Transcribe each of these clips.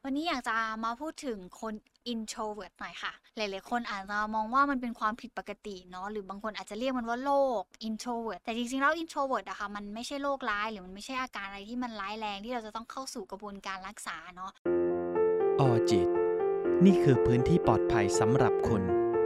วันนี้อยากจะมาพูดถึงคน introvert หน่อยค่ะหลายๆคนอาจจะมองว่ามันเป็นความผิดปกติเนาะหรือบางคนอาจจะเรียกมันว่าโรค introvert แต่จริงๆแล้ว introvert อะค่ะมันไม่ใช่โรคร้ายหรือมันไม่ใช่อาการอะไรที่มันร้ายแรงที่เราจะต้องเข้าสู่กระบวนการรักษาเนาะออจิตนี่คือพื้นที่ปลอดภัยสำหรับคุณ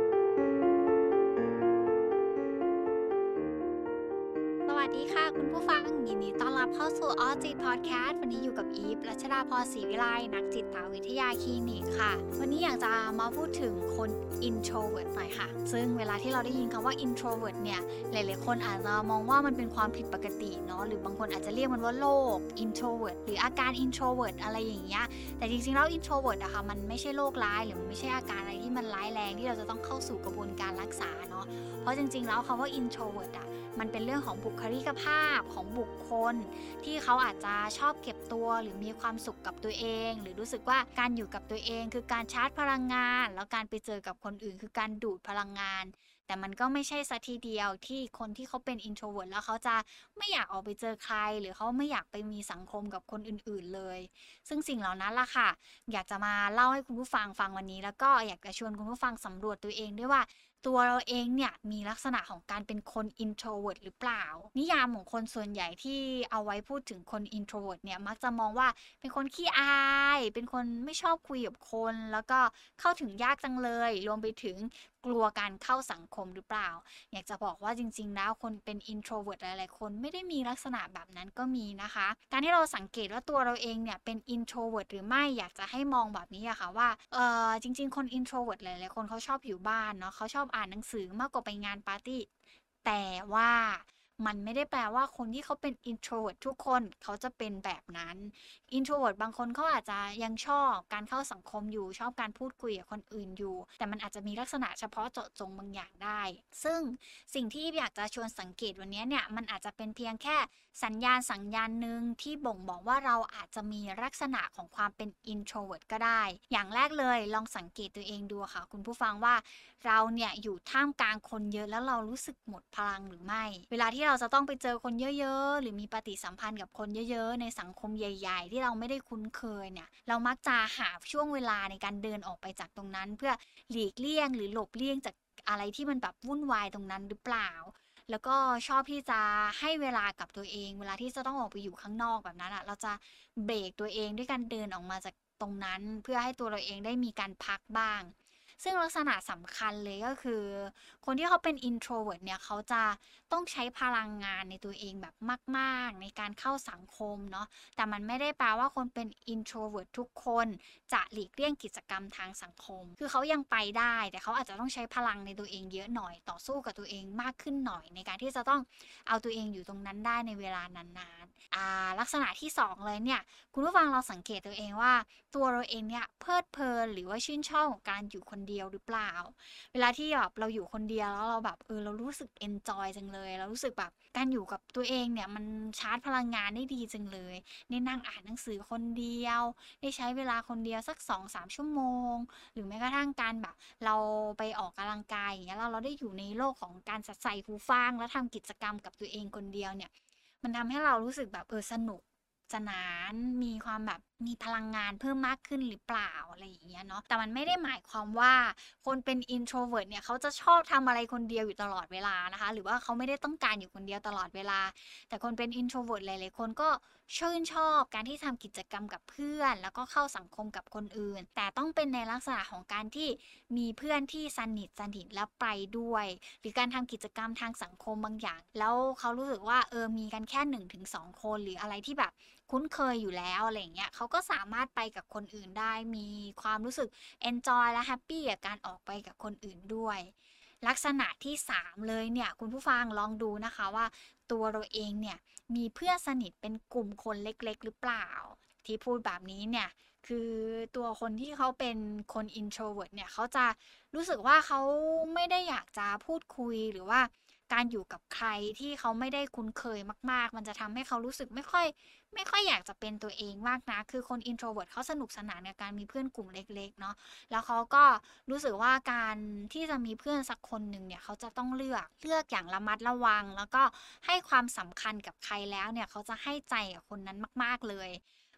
สวัสดีค่ะคุณผู้ฟังยินดีต้อนรับเข้าสู่ออจิตพอดแคสต์วันนี้อยู่กับอีฟรัชดาพรศรีวิไลนักจิตวิทยาคลินิกค่ะวันนี้อยากจะมาพูดถึงคน introvert หน่อยค่ะซึ่งเวลาที่เราได้ยินคำว่า introvert เนี่ยหลายๆคนอาจจะมองว่ามันเป็นความผิดปกติเนาะหรือบางคนอาจจะเรียกมันว่าโรค introvert หรืออาการ introvert อะไรอย่างเงี้ยแต่จริงๆแล้ว introvert อะค่ะมันไม่ใช่โรคร้ายหรือมันไม่ใช่อาการอะไรที่มันร้ายแรงที่เราจะต้องเข้าสู่กระบวนการรักษาเนาะเพราะจริงๆแล้วคำว่า introvert อะมันเป็นเรื่องของบุคลิกภาพของบุคคลที่เขาอาจจะชอบเก็บตัวหรือมีความสุขกับตัวเองหรือรู้สึกว่าการอยู่กับตัวเองคือการชาร์จพลังงานแล้วการไปเจอกับคนอื่นคือการดูดพลังงานแต่มันก็ไม่ใช่ซะทีเดียวที่คนที่เขาเป็น introvert แล้วเขาจะไม่อยากออกไปเจอใครหรือเขาไม่อยากไปมีสังคมกับคนอื่นๆเลยซึ่งสิ่งเหล่านั้นล่ะค่ะอยากจะมาเล่าให้คุณผู้ฟังฟังวันนี้แล้วก็อยากจะชวนคุณผู้ฟังสำรวจตัวเองด้วยว่า ตัวเราเองเนี่ยมีลักษณะของการเป็นคน introvert หรือเปล่านิยามของคนส่วนใหญ่ที่เอาไว้พูดถึงคน introvert เนี่ยมักจะมองว่าเป็นคนขี้อายเป็นคนไม่ชอบคุยกับคนแล้วก็เข้าถึงยากจังเลยรวมไปถึงกลัวการเข้าสังคมหรือเปล่าอยากจะบอกว่าจริงๆแล้วคนเป็น introvert หลายๆคนไม่ได้มีลักษณะแบบนั้นก็มีนะคะการที่เราสังเกตว่าตัวเราเองเนี่ยเป็น introvert หรือไม่อยากจะให้มองแบบนี้อะค่ะว่าจริงๆคน introvert หลายๆคนเขาชอบอยู่บ้านเนาะเขาชอบอ่านหนังสือมากกว่าไปงานปาร์ตี้แต่ว่ามันไม่ได้แปลว่าคนที่เขาเป็น introvert ทุกคนเขาจะเป็นแบบนั้น introvert บางคนเขาอาจจะยังชอบการเข้าสังคมอยู่ชอบการพูดคุยกับคนอื่นอยู่แต่มันอาจจะมีลักษณะเฉพาะเจาะจงบางอย่างได้ซึ่งสิ่งที่อยากจะชวนสังเกตวันนี้เนี่ยมันอาจจะเป็นเพียงแค่สัญญาณหนึ่งที่บ่งบอกว่าเราอาจจะมีลักษณะของความเป็น introvert ก็ได้อย่างแรกเลยลองสังเกตตัวเองดูค่ะคุณผู้ฟังว่าเราเนี่ยอยู่ท่ามกลางคนเยอะแล้วเรารู้สึกหมดพลังหรือไม่เวลาที่เราจะต้องไปเจอคนเยอะๆหรือมีปฏิสัมพันธ์กับคนเยอะๆในสังคมใหญ่ๆที่เราไม่ได้คุ้นเคยเนี่ยเรามักจะหาช่วงเวลาในการเดินออกไปจากตรงนั้นเพื่อหลีกเลี่ยงหรือหลบเลี่ยงจากอะไรที่มันแบบวุ่นวายตรงนั้นหรือเปล่าแล้วก็ชอบที่จะให้เวลากับตัวเองเวลาที่จะต้องออกไปอยู่ข้างนอกแบบนั้นเราจะเบรกตัวเองด้วยการเดินออกมาจากตรงนั้นเพื่อให้ตัวเราเองได้มีการพักบ้างซึ่งลักษณะสำคัญเลยก็คือคนที่เขาเป็น introvert เนี่ยเขาจะต้องใช้พลังงานในตัวเองแบบมากๆในการเข้าสังคมเนาะแต่มันไม่ได้แปลว่าคนเป็น introvert ทุกคนจะหลีกเลี่ยงกิจกรรมทางสังคมคือเขายังไปได้แต่เขาอาจจะต้องใช้พลังในตัวเองเยอะหน่อยต่อสู้กับตัวเองมากขึ้นหน่อยในการที่จะต้องเอาตัวเองอยู่ตรงนั้นได้ในเวลานานๆลักษณะที่2เลยเนี่ยคุณผู้ฟังเราสังเกตตัวเองว่าตัวเราเองเนี่ยเพลิดเพลินหรือว่าชื่นชอบกับการอยู่คนเดียวหรือเปล่าเวลาที่แบบเราอยู่คนเดียวแล้วเราแบบเรารู้สึกเอนจอยจังเลยเรารู้สึกแบบการอยู่กับตัวเองเนี่ยมันชาร์จพลังงานได้ดีจังเลยได้นั่งอ่านหนังสือคนเดียวได้ใช้เวลาคนเดียวสัก2-3ชั่วโมงหรือแม้กระทั่งการแบบเราไปออกกำลังกายอย่างเงี้ยเราได้อยู่ในโลกของการใส่หูฟังแล้วทำกิจกรรมกับตัวเองคนเดียวเนี่ยมันทำให้เรารู้สึกแบบสนุกสนานมีความแบบมีพลังงานเพิ่มมากขึ้นหรือเปล่าอะไรอย่างเงี้ยเนาะแต่มันไม่ได้หมายความว่าคนเป็น introvert เนี่ยเขาจะชอบทำอะไรคนเดียวอยู่ตลอดเวลานะคะหรือว่าเขาไม่ได้ต้องการอยู่คนเดียวตลอดเวลาแต่คนเป็น introvert หลายๆคนก็ชื่นชอบการที่ทำกิจกรรมกับเพื่อนแล้วก็เข้าสังคมกับคนอื่นแต่ต้องเป็นในลักษณะของการที่มีเพื่อนที่สนิทแล้วไปด้วยหรือการทำกิจกรรมทางสังคมบางอย่างแล้วเขารู้สึกว่ามีกันแค่1-2คนหรืออะไรที่แบบคุ้นเคยอยู่แล้วอะไรอย่างเงี้ยเขาก็สามารถไปกับคนอื่นได้มีความรู้สึก enjoy และแฮปปี้กับการออกไปกับคนอื่นด้วยลักษณะที่3เลยเนี่ยคุณผู้ฟังลองดูนะคะว่าตัวเราเองเนี่ยมีเพื่อนสนิทเป็นกลุ่มคนเล็กๆหรือเปล่าที่พูดแบบนี้เนี่ยคือตัวคนที่เขาเป็นคน introvert เนี่ยเขาจะรู้สึกว่าเขาไม่ได้อยากจะพูดคุยหรือว่าการอยู่กับใครที่เขาไม่ได้คุ้นเคยมากๆมันจะทำให้เขารู้สึกไม่ค่อยอยากจะเป็นตัวเองมากนะคือคน introvert เขาสนุกสนานกับการมีเพื่อนกลุ่มเล็กๆเนาะแล้วเขาก็รู้สึกว่าการที่จะมีเพื่อนสักคนหนึ่งเนี่ยเขาจะต้องเลือกอย่างระมัดระวังแล้วก็ให้ความสำคัญกับใครแล้วเนี่ยเขาจะให้ใจกับคนนั้นมากๆเลย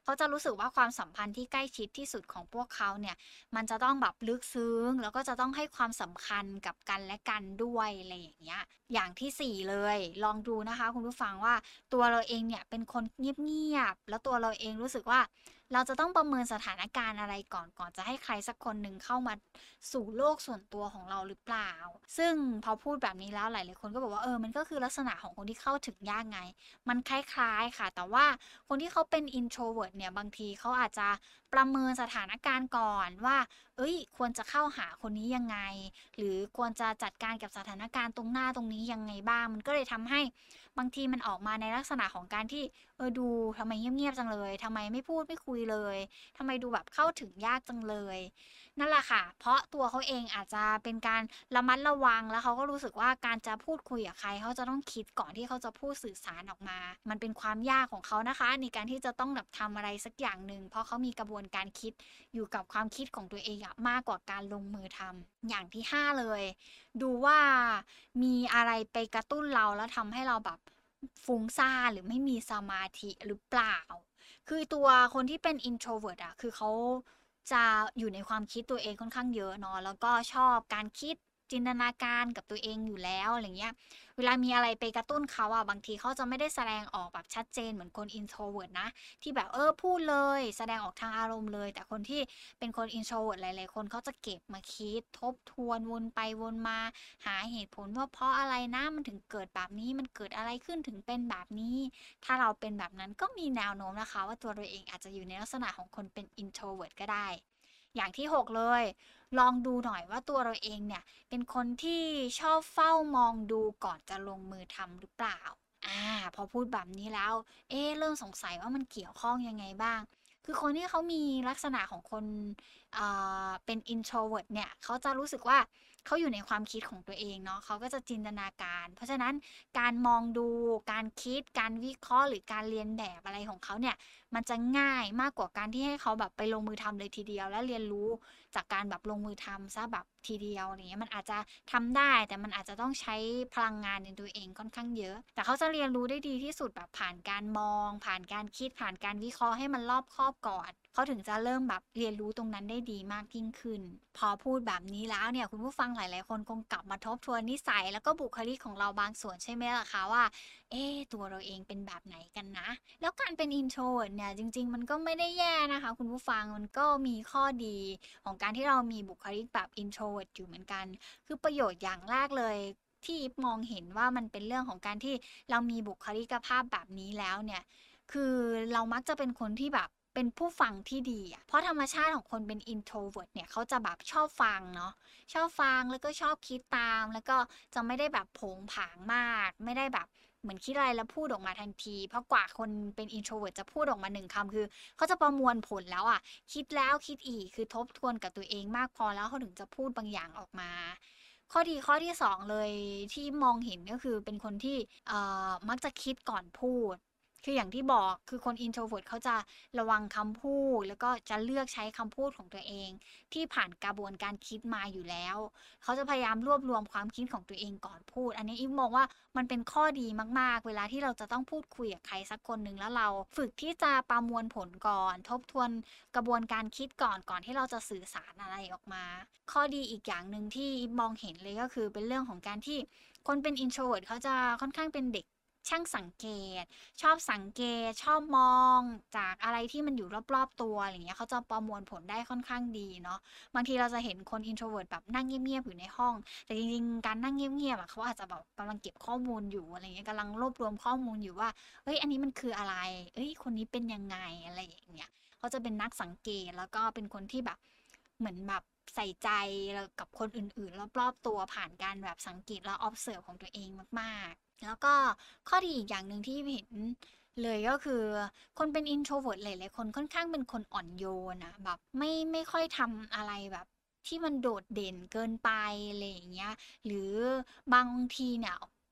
เขาจะรู้สึกว่าความสัมพันธ์ที่ใกล้ชิดที่สุดของพวกเขาเนี่ยมันจะต้องแบบลึกซึ้งแล้วก็จะต้องให้ความสำคัญกับกันและกันด้วยอะไรอย่างเงี้ยอย่างที่สี่เลยลองดูนะคะคุณผู้ฟังว่าตัวเราเองเนี่ยเป็นคนเงียบๆแล้วตัวเราเองรู้สึกว่าเราจะต้องประเมินสถานการณ์อะไรก่อนจะให้ใครสักคนหนึ่งเข้ามาสู่โลกส่วนตัวของเราหรือเปล่าซึ่งพอพูดแบบนี้แล้วหลายๆคนก็บอกว่ามันก็คือลักษณะของคนที่เข้าถึงยากไงมันคล้ายๆค่ะแต่ว่าคนที่เขาเป็น introvert เนี่ยบางทีเขาอาจจะประเมินสถานการณ์ก่อนว่าควรจะเข้าหาคนนี้ยังไงหรือควรจะจัดการกับสถานการณ์ตรงหน้าตรงนี้ยังไงบ้างมันก็เลยทำให้บางทีมันออกมาในลักษณะของการที่ดูทำไมเงียบๆจังเลยทำไมไม่พูดไม่คุยเลยทำไมดูแบบเข้าถึงยากจังเลยนั่นแหละค่ะเพราะตัวเขาเองอาจจะเป็นการระมัดระวังแล้วเขาก็รู้สึกว่าการจะพูดคุยกับใครเขาจะต้องคิดก่อนที่เขาจะพูดสื่อสารออกมามันเป็นความยากของเขานะคะในการที่จะต้องแบบทำอะไรสักอย่างหนึ่งเพราะเขามีกระบวนการคิดอยู่กับความคิดของตัวเองอะมากกว่าการลงมือทำอย่างที่ห้าเลยดูว่ามีอะไรไปกระตุ้นเราแล้วทำให้เราแบบฟุ้งซ่านหรือไม่มีสมาธิหรือเปล่าคือตัวคนที่เป็น introvert อะคือเขาจะอยู่ในความคิดตัวเองค่อนข้างเยอะเนาะแล้วก็ชอบการคิดจินตนาการกับตัวเองอยู่แล้วอะไรเงี้ยเวลามีอะไรไปกระตุ้นเขาอะบางทีเขาจะไม่ได้แสดงออกแบบชัดเจนเหมือนคน introvert นะที่แบบพูดเลยแสดงออกทางอารมณ์เลยแต่คนที่เป็นคน introvert หลายๆคนเขาจะเก็บมาคิดทบทวนวนไปวนมาหาเหตุผลว่าเพราะอะไรนะมันถึงเกิดแบบนี้มันเกิดอะไรขึ้นถึงเป็นแบบนี้ถ้าเราเป็นแบบนั้นก็มีแนวโน้มนะคะว่าตัวเราเองอาจจะอยู่ในลักษณะของคนเป็น introvert ก็ได้อย่างที่6เลยลองดูหน่อยว่าตัวเราเองเนี่ยเป็นคนที่ชอบเฝ้ามองดูก่อนจะลงมือทำหรือเปล่าอ่าพอพูดแบบนี้แล้วเริ่มสงสัยว่ามันเกี่ยวข้องยังไงบ้างคือคนที่เขามีลักษณะของคนเป็น introvert เนี่ยเขาจะรู้สึกว่าเขาอยู่ในความคิดของตัวเองเนาะเขาก็จะจินตนาการเพราะฉะนั้นการมองดูการคิดการวิเคราะห์หรือการเรียนแบบอะไรของเขาเนี่ยมันจะง่ายมากกว่าการที่ให้เขาแบบไปลงมือทำเลยทีเดียวและเรียนรู้จากการแบบลงมือทำซะแบบทีเดียวอะไรเงี้ยมันอาจจะทำได้แต่มันอาจจะต้องใช้พลังงานในตัวเองค่อนข้างเยอะแต่เขาจะเรียนรู้ได้ดีที่สุดแบบผ่านการมองผ่านการคิดผ่านการวิเคราะห์ให้มันรอบคอบก่อนเขาถึงจะเริ่มแบบเรียนรู้ตรงนั้นได้ดีมากยิ่งขึ้นพอพูดแบบนี้แล้วเนี่ยคุณผู้ฟังหลายๆคนคงกลับมาทบทวนนิสัยแล้วก็บุคลิกของเราบางส่วนใช่ไหมล่ะคะว่าตัวเราเองเป็นแบบไหนกันนะแล้วการเป็น introvert เนี่ยจริงๆมันก็ไม่ได้แย่นะคะคุณผู้ฟังมันก็มีข้อดีของการที่เรามีบุคลิกแบบ introvert อยู่เหมือนกันคือประโยชน์อย่างแรกเลยที่มองเห็นว่ามันเป็นเรื่องของการที่เรามีบุคลิกภาพแบบนี้แล้วเนี่ยคือเรามักจะเป็นคนที่แบบเป็นผู้ฟังที่ดีอะเพราะธรรมชาติของคนเป็น introvert เนี่ยเขาจะแบบชอบฟังเนาะชอบฟังแล้วก็ชอบคิดตามแล้วก็จะไม่ได้แบบโผงผางมากไม่ได้แบบเหมือนคิดอะไรแล้วพูดออกมาทันทีเพราะกว่าคนเป็น introvert จะพูดออกมา1 คำคือเขาจะประมวลผลแล้วอะคิดแล้วคิดอีกคือทบทวนกับตัวเองมากพอแล้วเขาถึงจะพูดบางอย่างออกมาข้อดีข้อที่2เลยที่มองเห็นก็คือเป็นคนที่มักจะคิดก่อนพูดคืออย่างที่บอกคือคน introvert เขาจะระวังคำพูดแล้วก็จะเลือกใช้คำพูดของตัวเองที่ผ่านกระบวนการคิดมาอยู่แล้วเขาจะพยายามรวบรวมความคิดของตัวเองก่อนพูดอันนี้อิมมองว่ามันเป็นข้อดีมากๆเวลาที่เราจะต้องพูดคุยกับใครสักคนหนึ่งแล้วเราฝึกที่จะประมวลผลก่อนทบทวนกระบวนการคิดก่อนที่เราจะสื่อสารอะไรออกมาข้อดีอีกอย่างหนึ่งที่อิมมองเห็นเลยก็คือเป็นเรื่องของการที่คนเป็น introvert เขาจะค่อนข้างเป็นเด็กช่างสังเกตชอบสังเกตชอบมองจากอะไรที่มันอยู่รอบๆตัวอะไรเงี้ยเขาจะประมวลผลได้ค่อนข้างดีเนาะบางทีเราจะเห็นคน introvert แบบนั่งเงียบๆอยู่ในห้องแต่จริงๆการนั่งเงียบๆอะเขาอาจจะแบบกำลังเก็บข้อมูลอยู่อะไรเงี้ยกำลังรวบรวมข้อมูลอยู่ว่าอันนี้มันคืออะไรคนนี้เป็นยังไงอะไรอย่างเงี้ยเขาจะเป็นนักสังเกตแล้วก็เป็นคนที่แบบเหมือนแบบใส่ใจกับคนอื่นๆรอบๆตัวผ่านการแบบสังเกตและ observe ของตัวเองมากๆแล้วก็ข้อดีอีกอย่างหนึ่งที่เห็นเลยก็คือคนเป็น introvert หลายๆคนค่อนข้างเป็นคนอ่อนโยนนะแบบไม่ค่อยทำอะไรแบบที่มันโดดเด่นเกินไปอะไรอย่างเงี้ยหรือบางทีเนี่ย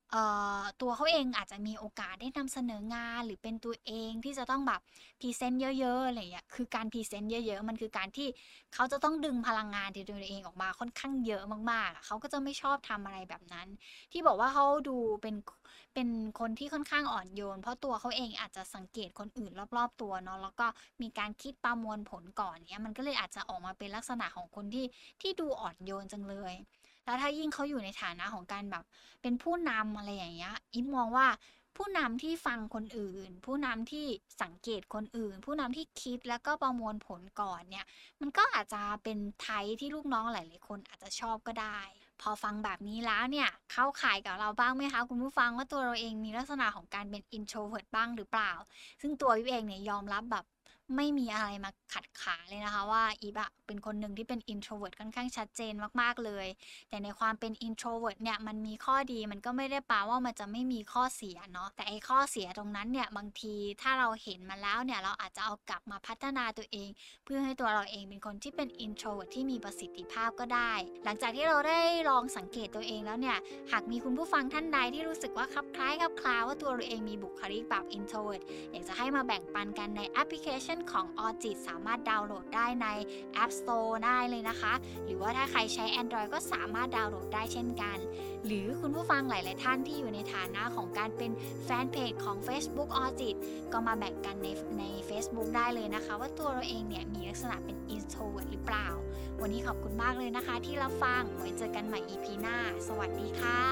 ตัวเขาเองอาจจะมีโอกาสได้นำเสนองานหรือเป็นตัวเองที่จะต้องแบบพรีเซนต์เยอะๆอะไรอย่างเงี้ยคือการพรีเซนต์เยอะๆมันคือการที่เขาจะต้องดึงพลังงานในตัวเองออกมาค่อนข้างเยอะมากๆอะเขาก็จะไม่ชอบทำอะไรแบบนั้นที่บอกว่าเขาดูเป็นคนที่ค่อนข้างอ่อนโยนเพราะตัวเขาเองอาจจะสังเกตคนอื่นรอบๆตัวเนาะแล้วก็มีการคิดประมวลผลก่อนเนี้ยมันก็เลยอาจจะออกมาเป็นลักษณะของคนที่ดูอ่อนโยนจังเลยแล้วถ้ายิ่งเขาอยู่ในฐานะของการแบบเป็นผู้นำอะไรอย่างเงี้ยอีฟมองว่าผู้นำที่ฟังคนอื่นผู้นำที่สังเกตคนอื่นผู้นำที่คิดแล้วก็ประมวลผลก่อนเนี่ยมันก็อาจจะเป็นไทป์ที่ลูกน้องหลายๆคนอาจจะชอบก็ได้พอฟังแบบนี้แล้วเนี่ยเข้าข่ายกับเราบ้างไหมคะคุณผู้ฟังว่าตัวเราเองมีลักษณะของการเป็น introvert บ้างหรือเปล่าซึ่งตัวอีฟเองเนี่ยยอมรับแบบไม่มีอะไรมาขัดขาเลยนะคะว่าอีฟอะเป็นคนหนึ่งที่เป็น introvert ค่อนข้างชัดเจนมากๆเลยแต่ในความเป็น introvert เนี่ยมันมีข้อดีมันก็ไม่ได้แปลว่ามันจะไม่มีข้อเสียเนาะแต่ไอ้ข้อเสียตรงนั้นเนี่ยบางทีถ้าเราเห็นมาแล้วเนี่ยเราอาจจะเอากลับมาพัฒนาตัวเองเพื่อให้ตัวเราเองเป็นคนที่เป็น introvert ที่มีประสิทธิภาพก็ได้หลังจากที่เราได้ลองสังเกตตัวเองแล้วเนี่ยหากมีคุณผู้ฟังท่านใดที่รู้สึกว่าคลับคล้ายคลับคลาว่าตัวเราเองมีบุคลิกแบบ introvert อยากจะให้มาแบ่งปันกันในแอปพลิเคชันของ Orchid สามารถดาวน์โหลดได้ใน App Store ได้เลยนะคะหรือว่าถ้าใครใช้ Android ก็สามารถดาวน์โหลดได้เช่นกันหรือคุณผู้ฟังหลายๆท่านที่อยู่ในฐานะของการเป็นแฟนเพจของ Facebook Orchid ก็มาแบ่งกันใน Facebook ได้เลยนะคะว่าตัวเราเองเนี่ยมีลักษณะเป็น introvert หรือเปล่าวันนี้ขอบคุณมากเลยนะคะที่รับฟังไว้เจอกันใหม่ EP หน้าสวัสดีค่ะ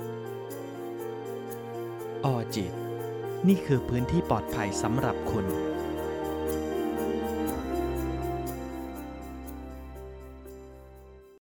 ออจิตนี่คือพื้นที่ปลอดภัยสำหรับคุณ